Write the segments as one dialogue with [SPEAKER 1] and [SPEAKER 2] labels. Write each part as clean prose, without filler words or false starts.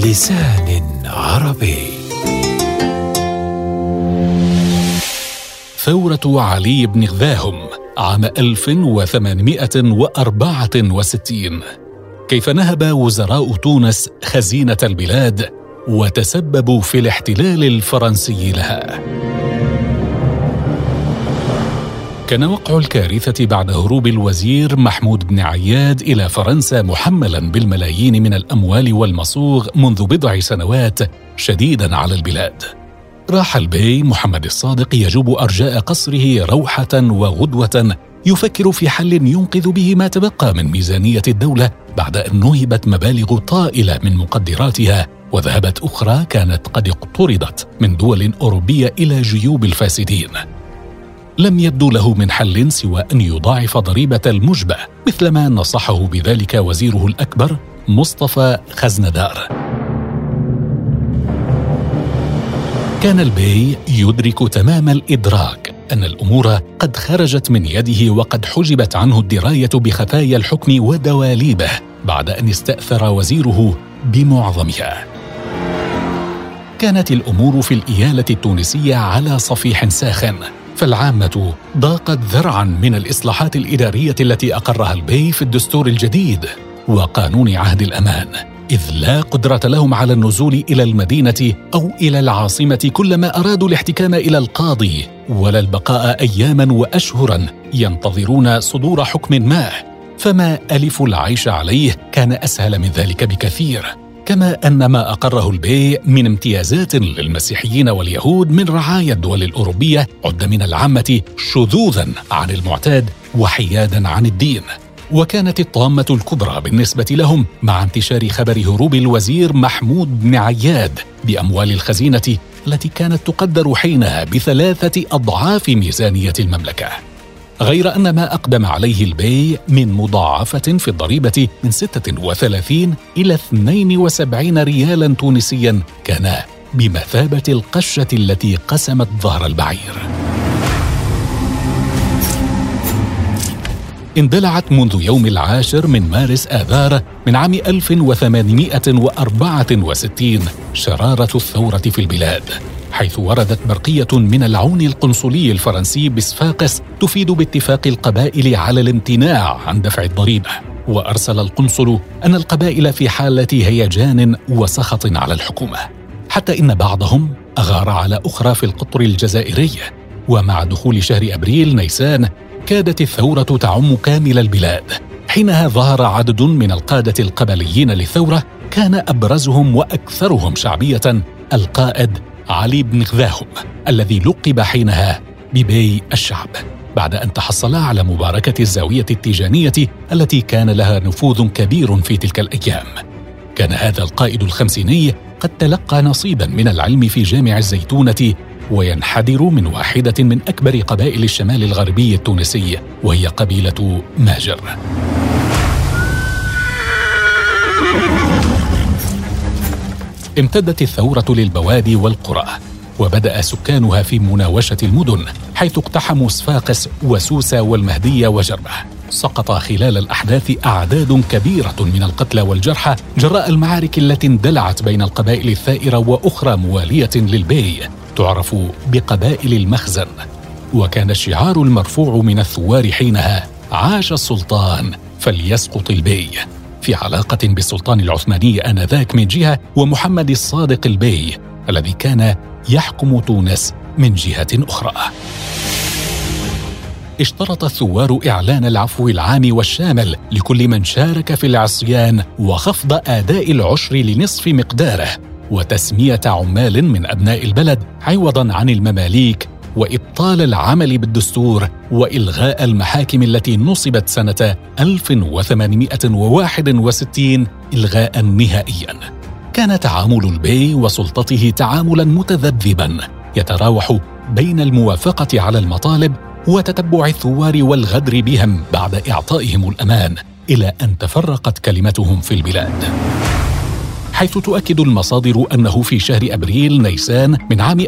[SPEAKER 1] بلسان عربي. ثورة علي بن غذاهم عام 1864. كيف نهب وزراء تونس خزينة البلاد وتسببوا في الاحتلال الفرنسي لها. كان وقع الكارثة بعد هروب الوزير محمود بن عياد إلى فرنسا محملاً بالملايين من الأموال والمصوغ منذ بضع سنوات شديداً على البلاد. راح البي محمد الصادق يجوب أرجاء قصره روحة وغدوة يفكر في حل ينقذ به ما تبقى من ميزانية الدولة بعد أن نهبت مبالغ طائلة من مقدراتها، وذهبت أخرى كانت قد اقترضت من دول أوروبية إلى جيوب الفاسدين. لم يبدو له من حل سوى أن يضاعف ضريبة المجبة، مثلما نصحه بذلك وزيره الأكبر مصطفى خزندار. كان البي يدرك تمام الإدراك أن الأمور قد خرجت من يده، وقد حجبت عنه الدراية بخفايا الحكم ودواليبه بعد أن استأثر وزيره بمعظمها. كانت الأمور في الإيالة التونسية على صفيح ساخن، فالعامة ضاقت ذرعاً من الإصلاحات الإدارية التي أقرها البي في الدستور الجديد وقانون عهد الأمان، إذ لا قدرة لهم على النزول إلى المدينة أو إلى العاصمة كلما أرادوا الاحتكام إلى القاضي، ولا البقاء أياماً وأشهراً ينتظرون صدور حكم ما. فما ألفوا العيش عليه كان أسهل من ذلك بكثير، كما أن ما أقره البي من امتيازات للمسيحيين واليهود من رعايا الدول الأوروبية عد من العامة شذوذاً عن المعتاد وحياداً عن الدين. وكانت الطامة الكبرى بالنسبة لهم مع انتشار خبر هروب الوزير محمود بن عياد بأموال الخزينة التي كانت تقدر حينها ب3 أضعاف ميزانية المملكة. غير أن ما أقدم عليه البي من مضاعفة في الضريبة من 36 إلى 72 ريالاً تونسياً كان بمثابة القشة التي قسمت ظهر البعير. اندلعت منذ يوم 10 من مارس آذار من عام 1864 شرارة الثورة في البلاد، حيث وردت برقية من العون القنصلي الفرنسي بصفاقس تفيد باتفاق القبائل على الامتناع عن دفع الضريبة. وأرسل القنصل أن القبائل في حالة هيجان وسخط على الحكومة، حتى إن بعضهم أغار على أخرى في القطر الجزائري. ومع دخول شهر أبريل نيسان كادت الثورة تعم كامل البلاد. حينها ظهر عدد من القادة القبليين للثورة، كان أبرزهم وأكثرهم شعبية القائد علي بن غذاهم، الذي لقب حينها ببي الشعب، بعد أن تحصل على مباركة الزاوية التيجانية التي كان لها نفوذ كبير في تلك الأيام. كان هذا القائد الخمسيني قد تلقى نصيبا من العلم في جامع الزيتونة، وينحدر من واحدة من أكبر قبائل الشمال الغربي التونسي، وهي قبيلة ماجر. امتدت الثورة للبوادي والقرى، وبدأ سكانها في مناوشة المدن، حيث اقتحموا صفاقس وسوسة والمهدية وجربة. سقط خلال الأحداث أعداد كبيرة من القتلى والجرحى جراء المعارك التي اندلعت بين القبائل الثائرة وأخرى موالية للبي تعرف بقبائل المخزن. وكان الشعار المرفوع من الثوار حينها: عاش السلطان فليسقط البي، في علاقة بالسلطان العثماني آنذاك من جهة، ومحمد الصادق البي الذي كان يحكم تونس من جهة أخرى. اشترط الثوار إعلان العفو العام والشامل لكل من شارك في العصيان، وخفض أداء العشر لنصف مقداره، وتسمية عمال من أبناء البلد عوضاً عن المماليك، وإبطال العمل بالدستور، وإلغاء المحاكم التي نصبت سنة 1861 إلغاء نهائياً. كان تعامل البي وسلطته تعاملاً متذبذباً يتراوح بين الموافقة على المطالب وتتبع الثوار والغدر بهم بعد إعطائهم الأمان، إلى أن تفرقت كلمتهم في البلاد. حيث تؤكد المصادر أنه في شهر أبريل نيسان من عام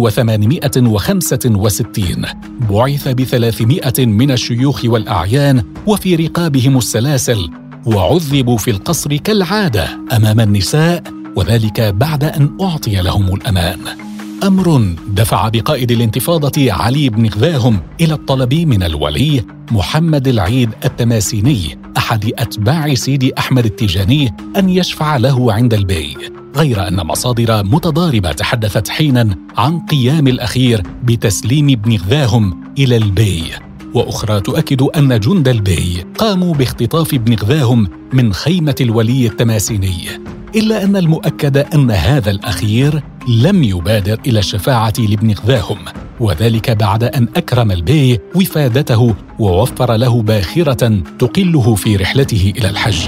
[SPEAKER 1] 1865 بعث ب300 من الشيوخ والأعيان وفي رقابهم السلاسل، وعذبوا في القصر كالعادة أمام النساء وذلك بعد أن أعطي لهم الأمان. أمر دفع بقائد الانتفاضة علي بن غذاهم إلى الطلب من الولي محمد العيد التماسيني أحد أتباع سيدي أحمد التيجاني أن يشفع له عند البي، غير أن مصادر متضاربة تحدثت حيناً عن قيام الأخير بتسليم ابن غذاهم إلى البي، وأخرى تؤكد أن جند البي قاموا باختطاف ابن غذاهم من خيمة الولي التماسيني، إلا أن المؤكد أن هذا الأخير لم يبادر إلى الشفاعة لابن غذاهم، وذلك بعد أن أكرم البي وفادته ووفر له باخرة تقله في رحلته إلى الحج.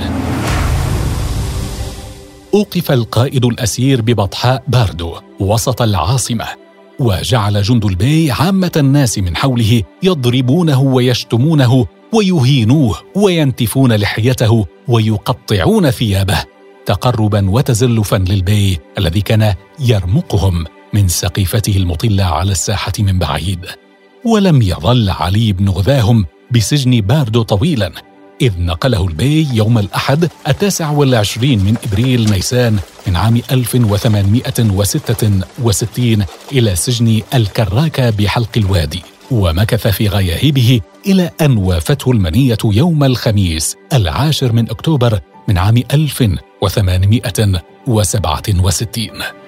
[SPEAKER 1] أوقف القائد الأسير ببطحاء باردو وسط العاصمة، وجعل جند البي عامة الناس من حوله يضربونه ويشتمونه ويهينوه وينتفون لحيته ويقطعون ثيابه تقرباً وتزلفاً للبي الذي كان يرمقهم من سقيفته المطلة على الساحة من بعيد. ولم يظل علي بن غذاهم بسجن باردو طويلاً، إذ نقله البي يوم الأحد 29 من إبريل نيسان من عام 1866 إلى سجن الكراكة بحلق الوادي، ومكث في غياهبه إلى أن وافته المنية يوم الخميس 10 من أكتوبر من عام 1867.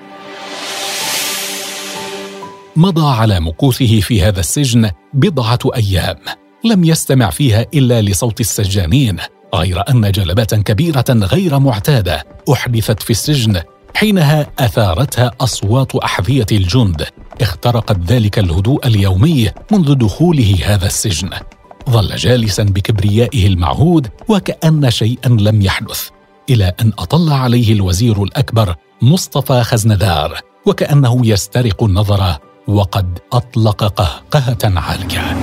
[SPEAKER 1] مضى على مكوثه في هذا السجن بضعة أيام لم يستمع فيها إلا لصوت السجانين، غير أن جلبة كبيرة غير معتادة أحدثت في السجن، حينها أثارتها أصوات أحذية الجند اخترقت ذلك الهدوء اليومي منذ دخوله هذا السجن. ظل جالساً بكبريائه المعهود وكأن شيئاً لم يحدث، إلى أن أطل عليه الوزير الأكبر مصطفى خزندار وكأنه يسترق النظر وقد أطلق قهقهة عالية.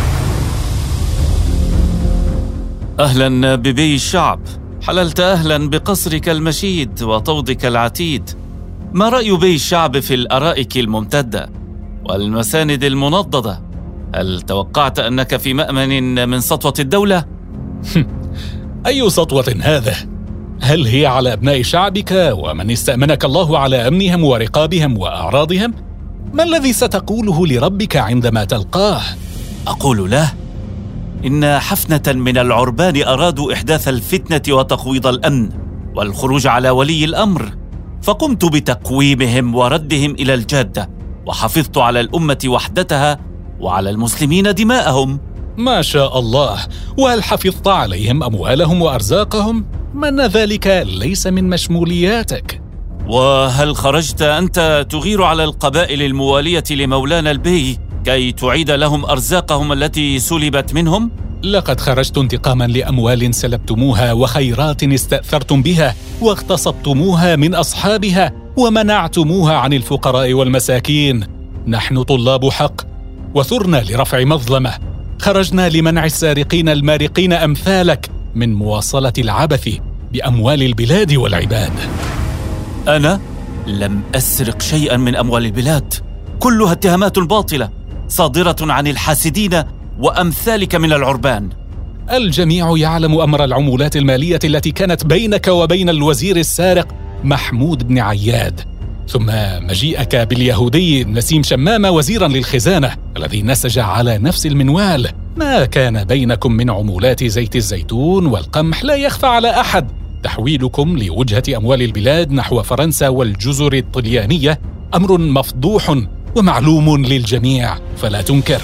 [SPEAKER 2] أهلاً ببي الشعب، حللت أهلاً بقصرك المشيد وطودك العتيد. ما رأي بي الشعب في الأرائك الممتدة والمساند المنضدة؟ هل توقعت أنك في مأمن من سطوة الدولة؟
[SPEAKER 1] أي سطوة هذا؟ هل هي على أبناء شعبك ومن استأمنك الله على أمنهم ورقابهم وأعراضهم؟ ما الذي ستقوله لربك عندما تلقاه؟
[SPEAKER 2] أقول له: إن حفنة من العربان أرادوا إحداث الفتنة وتخويض الأمن والخروج على ولي الأمر، فقمت بتقويمهم وردهم إلى الجادة، وحفظت على الأمة وحدتها وعلى المسلمين دماءهم.
[SPEAKER 1] ما شاء الله. وهل حفظت عليهم أموالهم وأرزاقهم؟ من ذلك ليس من مشمولياتك.
[SPEAKER 2] وهل خرجت أنت تغير على القبائل الموالية لمولانا البي كي تعيد لهم أرزاقهم التي سلبت منهم؟
[SPEAKER 1] لقد خرجت انتقاماً لأموال سلبتموها وخيرات استأثرتم بها واغتصبتموها من أصحابها ومنعتموها عن الفقراء والمساكين. نحن طلاب حق وثرنا لرفع مظلمة، خرجنا لمنع السارقين المارقين أمثالك من مواصلة العبث بأموال البلاد والعباد.
[SPEAKER 2] أنا لم أسرق شيئاً من أموال البلاد، كلها اتهامات باطلة صادرة عن الحاسدين وأمثالك من العربان.
[SPEAKER 1] الجميع يعلم أمر العمولات المالية التي كانت بينك وبين الوزير السارق محمود بن عياد، ثم مجيئك باليهودي نسيم شمامة وزيراً للخزانة الذي نسج على نفس المنوال. ما كان بينكم من عمولات زيت الزيتون والقمح لا يخفى على أحد. تحويلكم لوجهة أموال البلاد نحو فرنسا والجزر الطليانية أمر مفضوح ومعلوم للجميع فلا تنكر.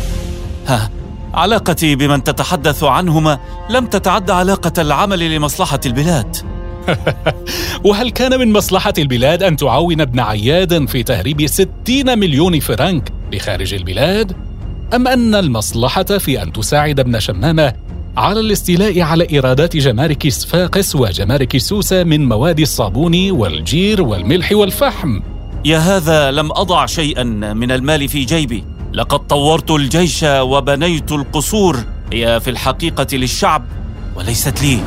[SPEAKER 2] علاقتي بمن تتحدث عنهما لم تتعد علاقة العمل لمصلحة البلاد.
[SPEAKER 1] وهل كان من مصلحة البلاد أن تعاون ابن عياد في تهريب 60 مليون فرنك لخارج البلاد؟ أم أن المصلحة في أن تساعد ابن شمامة على الاستيلاء على إيرادات جمارك صفاقس وجمارك سوسة من مواد الصابون والجير والملح والفحم؟
[SPEAKER 2] يا هذا لم أضع شيئا من المال في جيبي، لقد طورت الجيش وبنيت القصور، هي في الحقيقة للشعب وليست لي.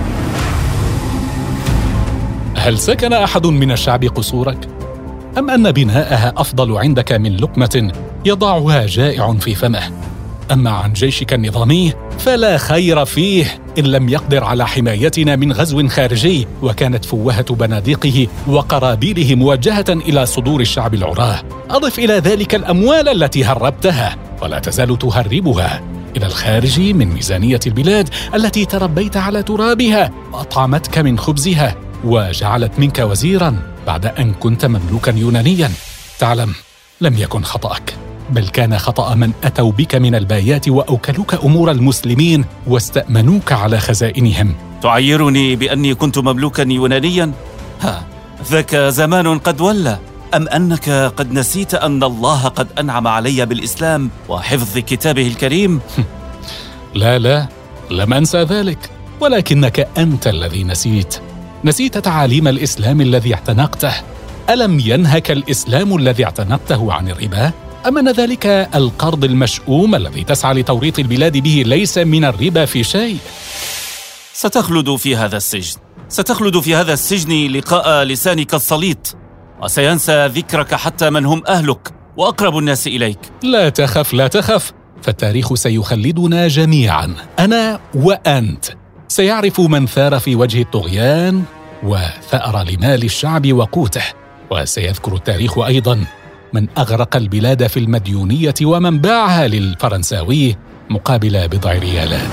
[SPEAKER 1] هل سكن أحد من الشعب قصورك؟ أم أن بناءها أفضل عندك من لقمة يضعها جائع في فمه؟ أما عن جيشك النظامي فلا خير فيه، إن لم يقدر على حمايتنا من غزو خارجي، وكانت فوهة بنادقه وقرابيله موجهة إلى صدور الشعب العراه. أضف إلى ذلك الأموال التي هربتها ولا تزال تهربها إلى الخارج من ميزانية البلاد التي تربيت على ترابها وأطعمتك من خبزها وجعلت منك وزيراً بعد أن كنت مملوكاً يونانياً. تعلم، لم يكن خطأك، بل كان خطأ من أتوا بك من البايات وأوكلوك أمور المسلمين واستأمنوك على خزائنهم.
[SPEAKER 2] تعيرني بأني كنت مملوكاً يونانياً؟ ذاك زمان قد ولى. أم أنك قد نسيت أن الله قد أنعم علي بالإسلام وحفظ كتابه الكريم؟
[SPEAKER 1] لا، لم أنسى ذلك، ولكنك أنت الذي نسيت تعاليم الإسلام الذي اعتنقته. ألم ينهك الإسلام الذي اعتنقته عن الربا؟ أم أن ذلك القرض المشؤوم الذي تسعى لتوريط البلاد به ليس من الربا في شيء؟
[SPEAKER 2] ستخلد في هذا السجن لقاء لسانك السليط، وسينسى ذكرك حتى من هم أهلك وأقرب الناس إليك.
[SPEAKER 1] لا تخف، فالتاريخ سيخلدنا جميعا، أنا وأنت. سيعرف من ثار في وجه الطغيان وثأر لمال الشعب وقوته، وسيذكر التاريخ أيضا من أغرق البلاد في المديونية ومن باعها للفرنساوي مقابل بضع ريالات.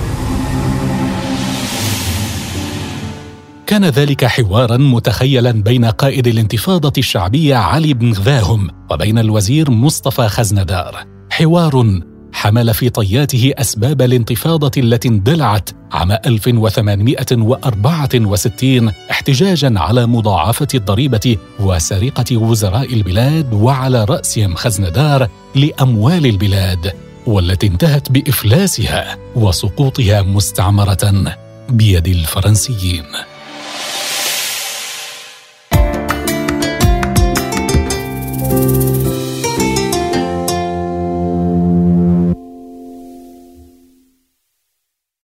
[SPEAKER 1] كان ذلك حواراً متخيلاً بين قائد الانتفاضة الشعبية علي بن غذاهم وبين الوزير مصطفى خزندار، حوار حمل في طياته أسباب الانتفاضة التي اندلعت عام 1864 احتجاجاً على مضاعفة الضريبة وسرقة وزراء البلاد، وعلى رأسهم خزندار، لأموال البلاد، والتي انتهت بإفلاسها وسقوطها مستعمرة بيد الفرنسيين.